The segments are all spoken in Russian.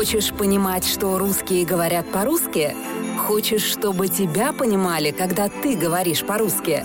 Хочешь понимать, что русские говорят по-русски? Хочешь, чтобы тебя понимали, когда ты говоришь по-русски?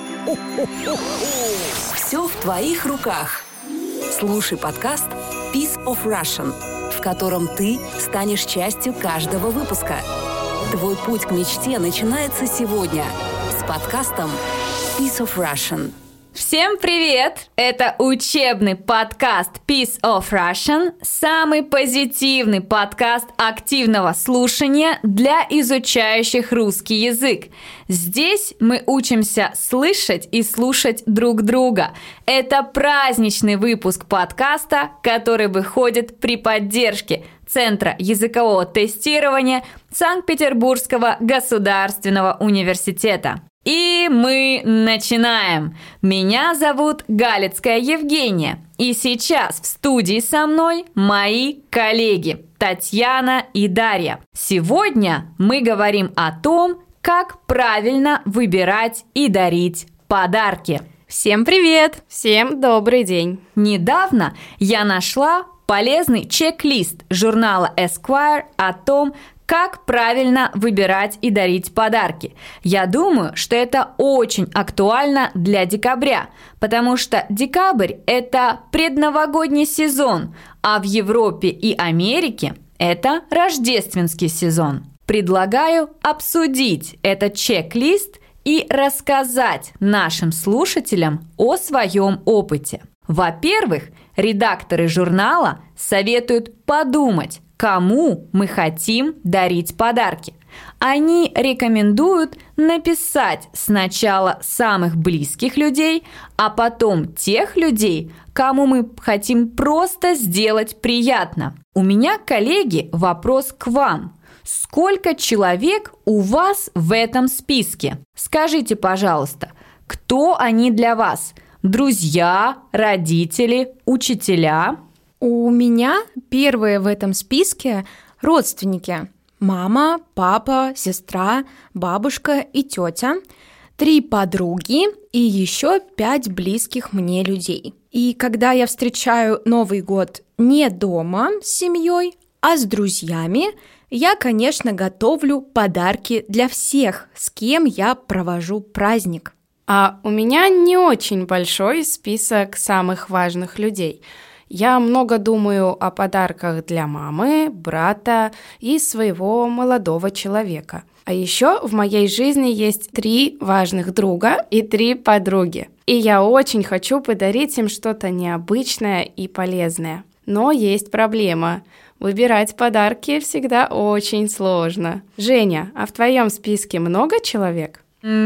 Все в твоих руках. Слушай подкаст Piece of Russian, в котором ты станешь частью каждого выпуска. Твой путь к мечте начинается сегодня с подкастом Piece of Russian. Всем привет! Это учебный подкаст Piece of Russian, самый позитивный подкаст активного слушания для изучающих русский язык. Здесь мы учимся слышать и слушать друг друга. Это праздничный выпуск подкаста, который выходит при поддержке Центра языкового тестирования Санкт-Петербургского государственного университета. И мы начинаем! Меня зовут Галицкая Евгения, и сейчас в студии со мной мои коллеги Татьяна и Дарья. Сегодня мы говорим о том, как правильно выбирать и дарить подарки. Всем привет! Всем добрый день! Недавно я нашла полезный чек-лист журнала Esquire о том, как правильно выбирать и дарить подарки. Я думаю, что это очень актуально для декабря, потому что декабрь – это предновогодний сезон, а в Европе и Америке это рождественский сезон. Предлагаю обсудить этот чек-лист и рассказать нашим слушателям о своем опыте. Во-первых, редакторы журнала советуют подумать, кому мы хотим дарить подарки. Они рекомендуют написать сначала самых близких людей, а потом тех людей, кому мы хотим просто сделать приятно. У меня, коллеги, вопрос к вам. Сколько человек у вас в этом списке? Скажите, пожалуйста, кто они для вас? Друзья, родители, учителя? У меня первые в этом списке родственники. Мама, папа, сестра, бабушка и тетя, 3 подруги и еще 5 близких мне людей. И когда я встречаю Новый год не дома с семьей, а с друзьями, я, конечно, готовлю подарки для всех, с кем я провожу праздник. А у меня не очень большой список самых важных людей. Я много думаю о подарках для мамы, брата и своего молодого человека. А еще в моей жизни есть 3 важных друга и 3 подруги. И я очень хочу подарить им что-то необычное и полезное. Но есть проблема. Выбирать подарки всегда очень сложно. Женя, а в твоем списке много человек?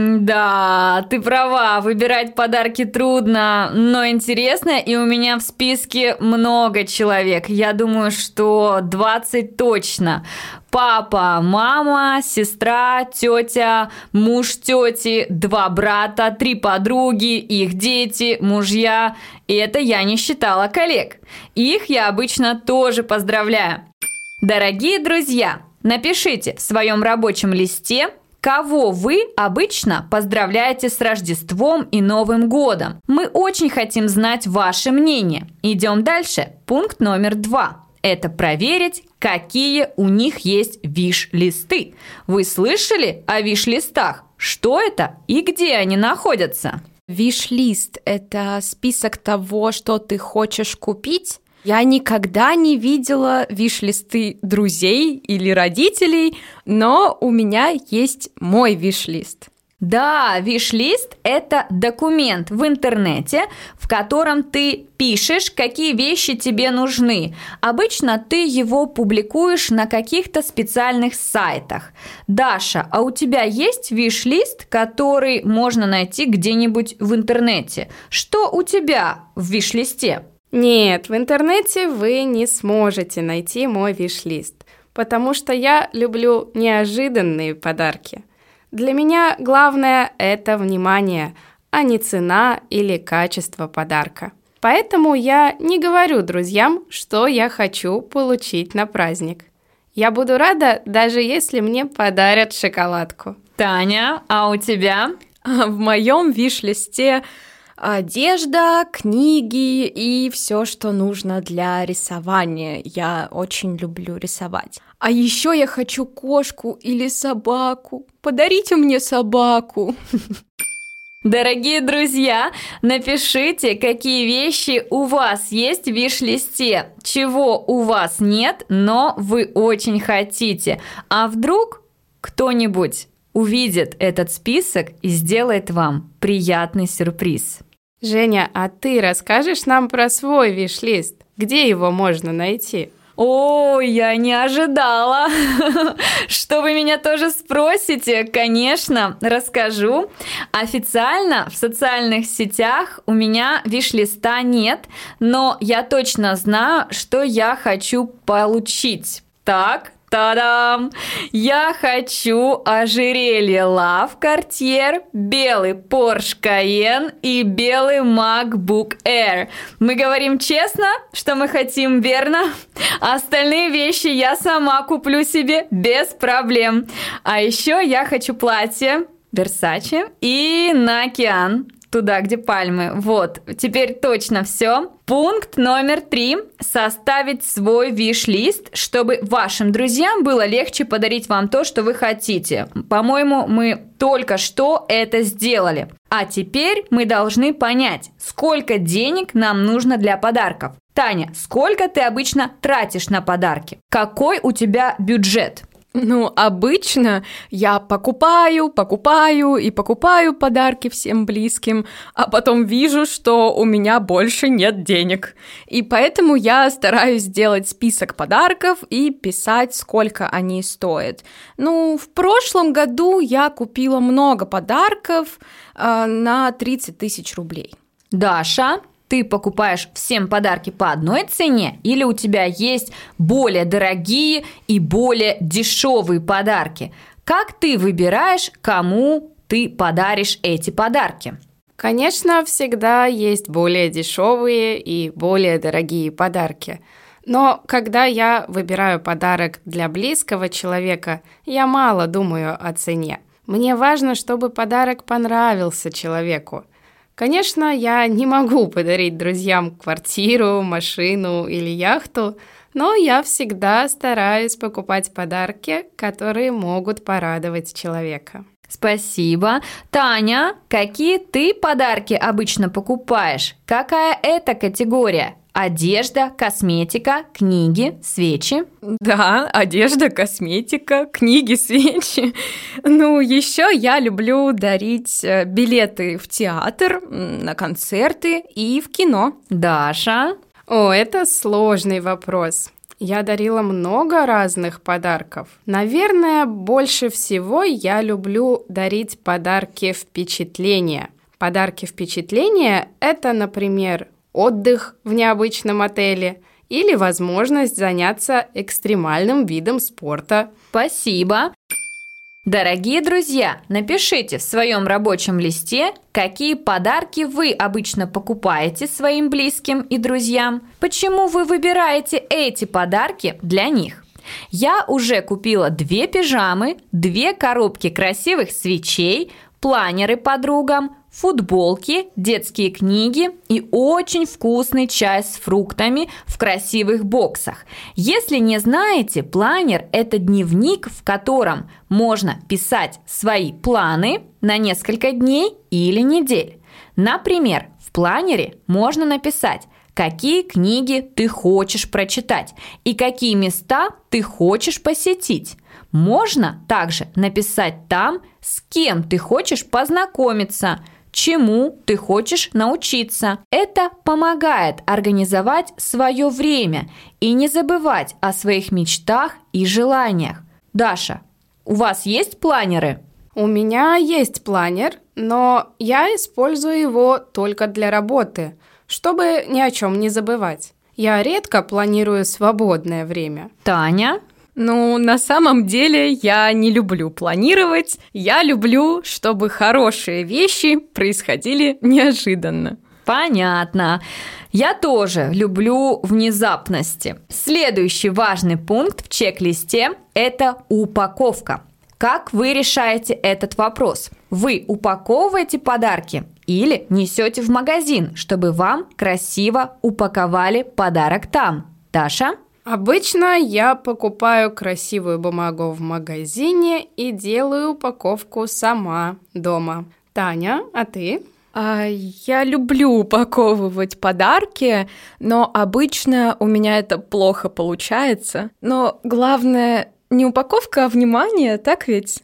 Да, ты права, выбирать подарки трудно, но интересно, и у меня в списке много человек. Я думаю, что 20 точно. Папа, мама, сестра, тетя, муж тети, 2 брата, 3 подруги, их дети, мужья. И это я не считала коллег. Их я обычно тоже поздравляю. Дорогие друзья, напишите в своем рабочем листе, кого вы обычно поздравляете с Рождеством и Новым годом. Мы очень хотим знать ваше мнение. Идем дальше. Пункт номер 2. Это проверить, какие у них есть виш-листы. Вы слышали о виш-листах? Что это и где они находятся? Виш-лист – это список того, что ты хочешь купить. Я никогда не видела виш-листы друзей или родителей, но у меня есть мой виш-лист. Да, виш-лист – это документ в интернете, в котором ты пишешь, какие вещи тебе нужны. Обычно ты его публикуешь на каких-то специальных сайтах. Даша, а у тебя есть виш-лист, который можно найти где-нибудь в интернете? Что у тебя в виш-листе? Нет, в интернете вы не сможете найти мой виш-лист, потому что я люблю неожиданные подарки. Для меня главное – это внимание, а не цена или качество подарка. Поэтому я не говорю друзьям, что я хочу получить на праздник. Я буду рада, даже если мне подарят шоколадку. Таня, а у тебя? В моем виш-листе одежда, книги и все, что нужно для рисования. Я очень люблю рисовать. А еще я хочу кошку или собаку. Подарите мне собаку. Дорогие друзья, напишите, какие вещи у вас есть в виш-листе, чего у вас нет, но вы очень хотите. А вдруг кто-нибудь увидит этот список и сделает вам приятный сюрприз. Женя, а ты расскажешь нам про свой виш-лист? Где его можно найти? О, я не ожидала, что вы меня тоже спросите. Конечно, расскажу. Официально в социальных сетях у меня виш-листа нет, но я точно знаю, что я хочу получить. Так, та-дам! Я хочу ожерелье Love Cartier, белый Porsche Cayenne и белый MacBook Air. Мы говорим честно, что мы хотим, верно? Остальные вещи я сама куплю себе без проблем. А еще я хочу платье Versace и на океан. Туда, где пальмы. Вот, теперь точно все. Пункт номер 3. Составить свой виш-лист, чтобы вашим друзьям было легче подарить вам то, что вы хотите. По-моему, мы только что это сделали. А теперь мы должны понять, сколько денег нам нужно для подарков. Таня, сколько ты обычно тратишь на подарки? Какой у тебя бюджет? Обычно я покупаю подарки всем близким, а потом вижу, что у меня больше нет денег. И поэтому я стараюсь сделать список подарков и писать, сколько они стоят. В прошлом году я купила много подарков на 30 тысяч рублей. Даша, ты покупаешь всем подарки по одной цене или у тебя есть более дорогие и более дешевые подарки? Как ты выбираешь, кому ты подаришь эти подарки? Конечно, всегда есть более дешевые и более дорогие подарки. Но когда я выбираю подарок для близкого человека, я мало думаю о цене. Мне важно, чтобы подарок понравился человеку. Конечно, я не могу подарить друзьям квартиру, машину или яхту, но я всегда стараюсь покупать подарки, которые могут порадовать человека. Спасибо. Таня, какие ты подарки обычно покупаешь? Какая это категория? Одежда, косметика, книги, свечи? Да, одежда, косметика, книги, свечи. Еще я люблю дарить билеты в театр, на концерты и в кино. Даша? Это сложный вопрос. Я дарила много разных подарков. Наверное, больше всего я люблю дарить подарки впечатления. Подарки впечатления – это, например, отдых в необычном отеле или возможность заняться экстремальным видом спорта. Спасибо. Дорогие друзья, напишите в своем рабочем листе, какие подарки вы обычно покупаете своим близким и друзьям, почему вы выбираете эти подарки для них. Я уже купила 2 пижамы, 2 коробки красивых свечей, планеры подругам, футболки, детские книги и очень вкусный чай с фруктами в красивых боксах. Если не знаете, планер – это дневник, в котором можно писать свои планы на несколько дней или недель. Например, в планере можно написать, какие книги ты хочешь прочитать и какие места ты хочешь посетить. Можно также написать там, с кем ты хочешь познакомиться, чему ты хочешь научиться. Это помогает организовать свое время и не забывать о своих мечтах и желаниях. Даша, у вас есть планеры? У меня есть планер, но я использую его только для работы, чтобы ни о чем не забывать. Я редко планирую свободное время. Таня? На самом деле я не люблю планировать, я люблю, чтобы хорошие вещи происходили неожиданно. Понятно. Я тоже люблю внезапности. Следующий важный пункт в чек-листе – это упаковка. Как вы решаете этот вопрос? Вы упаковываете подарки или несете в магазин, чтобы вам красиво упаковали подарок там? Даша? Обычно я покупаю красивую бумагу в магазине и делаю упаковку сама дома. Таня, а ты? Я люблю упаковывать подарки, но обычно у меня это плохо получается. Но главное не упаковка, а внимание, так ведь?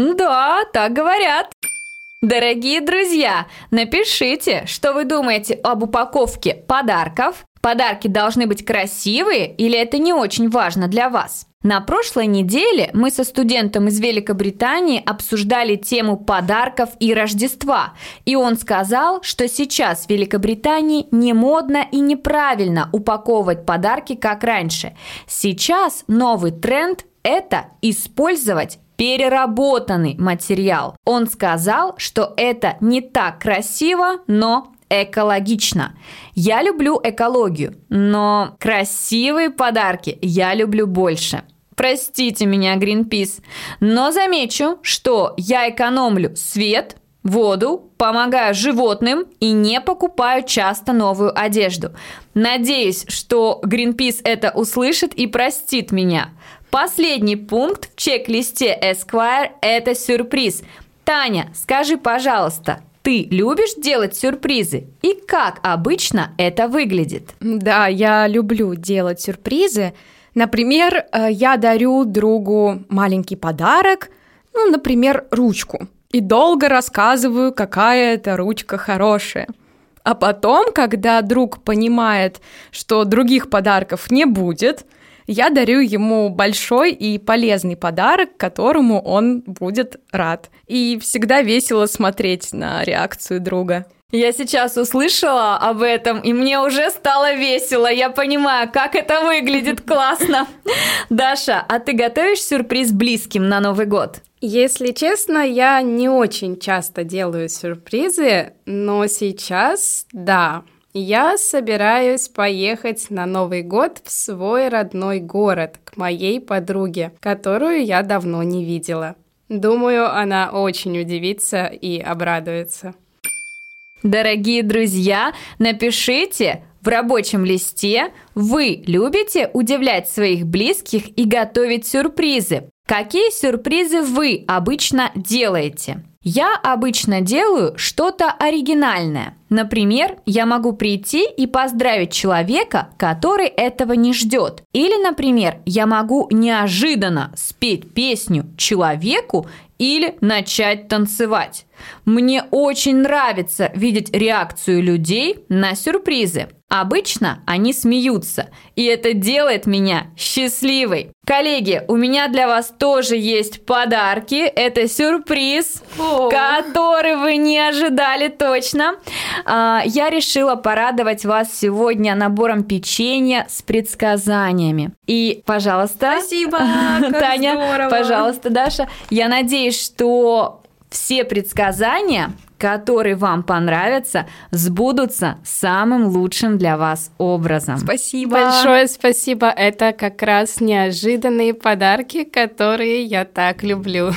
Да, так говорят. Дорогие друзья, напишите, что вы думаете об упаковке подарков. Подарки должны быть красивые или это не очень важно для вас? На прошлой неделе мы со студентом из Великобритании обсуждали тему подарков и Рождества, и он сказал, что сейчас в Великобритании не модно и неправильно упаковывать подарки, как раньше. Сейчас новый тренд – это использовать переработанный материал. Он сказал, что это не так красиво, но экологично. Я люблю экологию, но красивые подарки я люблю больше. Простите меня, Greenpeace, но замечу, что я экономлю свет, воду, помогаю животным и не покупаю часто новую одежду. Надеюсь, что Greenpeace это услышит и простит меня. Последний пункт в чек-листе Esquire – это сюрприз. Таня, скажи, пожалуйста, ты любишь делать сюрпризы? И как обычно это выглядит? Да, я люблю делать сюрпризы. Например, я дарю другу маленький подарок, например, ручку. И долго рассказываю, какая эта ручка хорошая. А потом, когда друг понимает, что других подарков не будет, я дарю ему большой и полезный подарок, которому он будет рад. И всегда весело смотреть на реакцию друга. Я сейчас услышала об этом, и мне уже стало весело. Я понимаю, как это выглядит классно. Даша, а ты готовишь сюрприз близким на Новый год? Если честно, я не очень часто делаю сюрпризы, но сейчас да. Я собираюсь поехать на Новый год в свой родной город, к моей подруге, которую я давно не видела. Думаю, она очень удивится и обрадуется. Дорогие друзья, напишите в рабочем листе, вы любите удивлять своих близких и готовить сюрпризы. Какие сюрпризы вы обычно делаете? Я обычно делаю что-то оригинальное. Например, я могу прийти и поздравить человека, который этого не ждет. Или, например, я могу неожиданно спеть песню человеку или начать танцевать. Мне очень нравится видеть реакцию людей на сюрпризы. Обычно они смеются, и это делает меня счастливой. Коллеги, у меня для вас тоже есть подарки. Это сюрприз, который вы не ожидали точно. Я решила порадовать вас сегодня набором печенья с предсказаниями. И, пожалуйста, Спасибо, Таня, здорово. Пожалуйста, Даша. Я надеюсь, что все предсказания, которые вам понравятся, сбудутся самым лучшим для вас образом. Спасибо. Большое спасибо. Это как раз неожиданные подарки, которые я так люблю.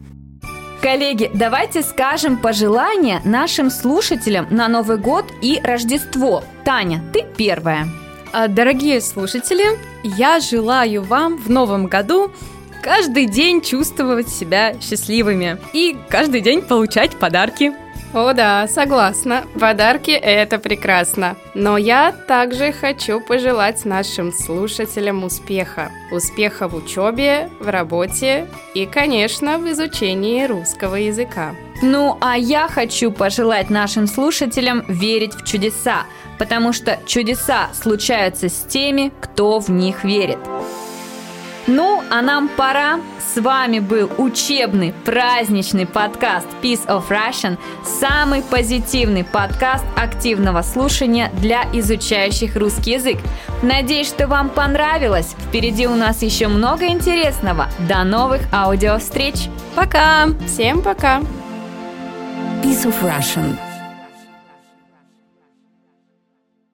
Коллеги, давайте скажем пожелания нашим слушателям на Новый год и Рождество. Таня, ты первая. Дорогие слушатели, я желаю вам в новом году каждый день чувствовать себя счастливыми и каждый день получать подарки. О да, согласна. Подарки – это прекрасно. Но я также хочу пожелать нашим слушателям успеха. Успеха в учебе, в работе и, конечно, в изучении русского языка. Ну, а я хочу пожелать нашим слушателям верить в чудеса, потому что чудеса случаются с теми, кто в них верит. Ну, а нам пора. С вами был учебный праздничный подкаст Piece of Russian, самый позитивный подкаст активного слушания для изучающих русский язык. Надеюсь, что вам понравилось. Впереди у нас еще много интересного. До новых аудиовстреч. Пока! Всем пока! Piece of Russian.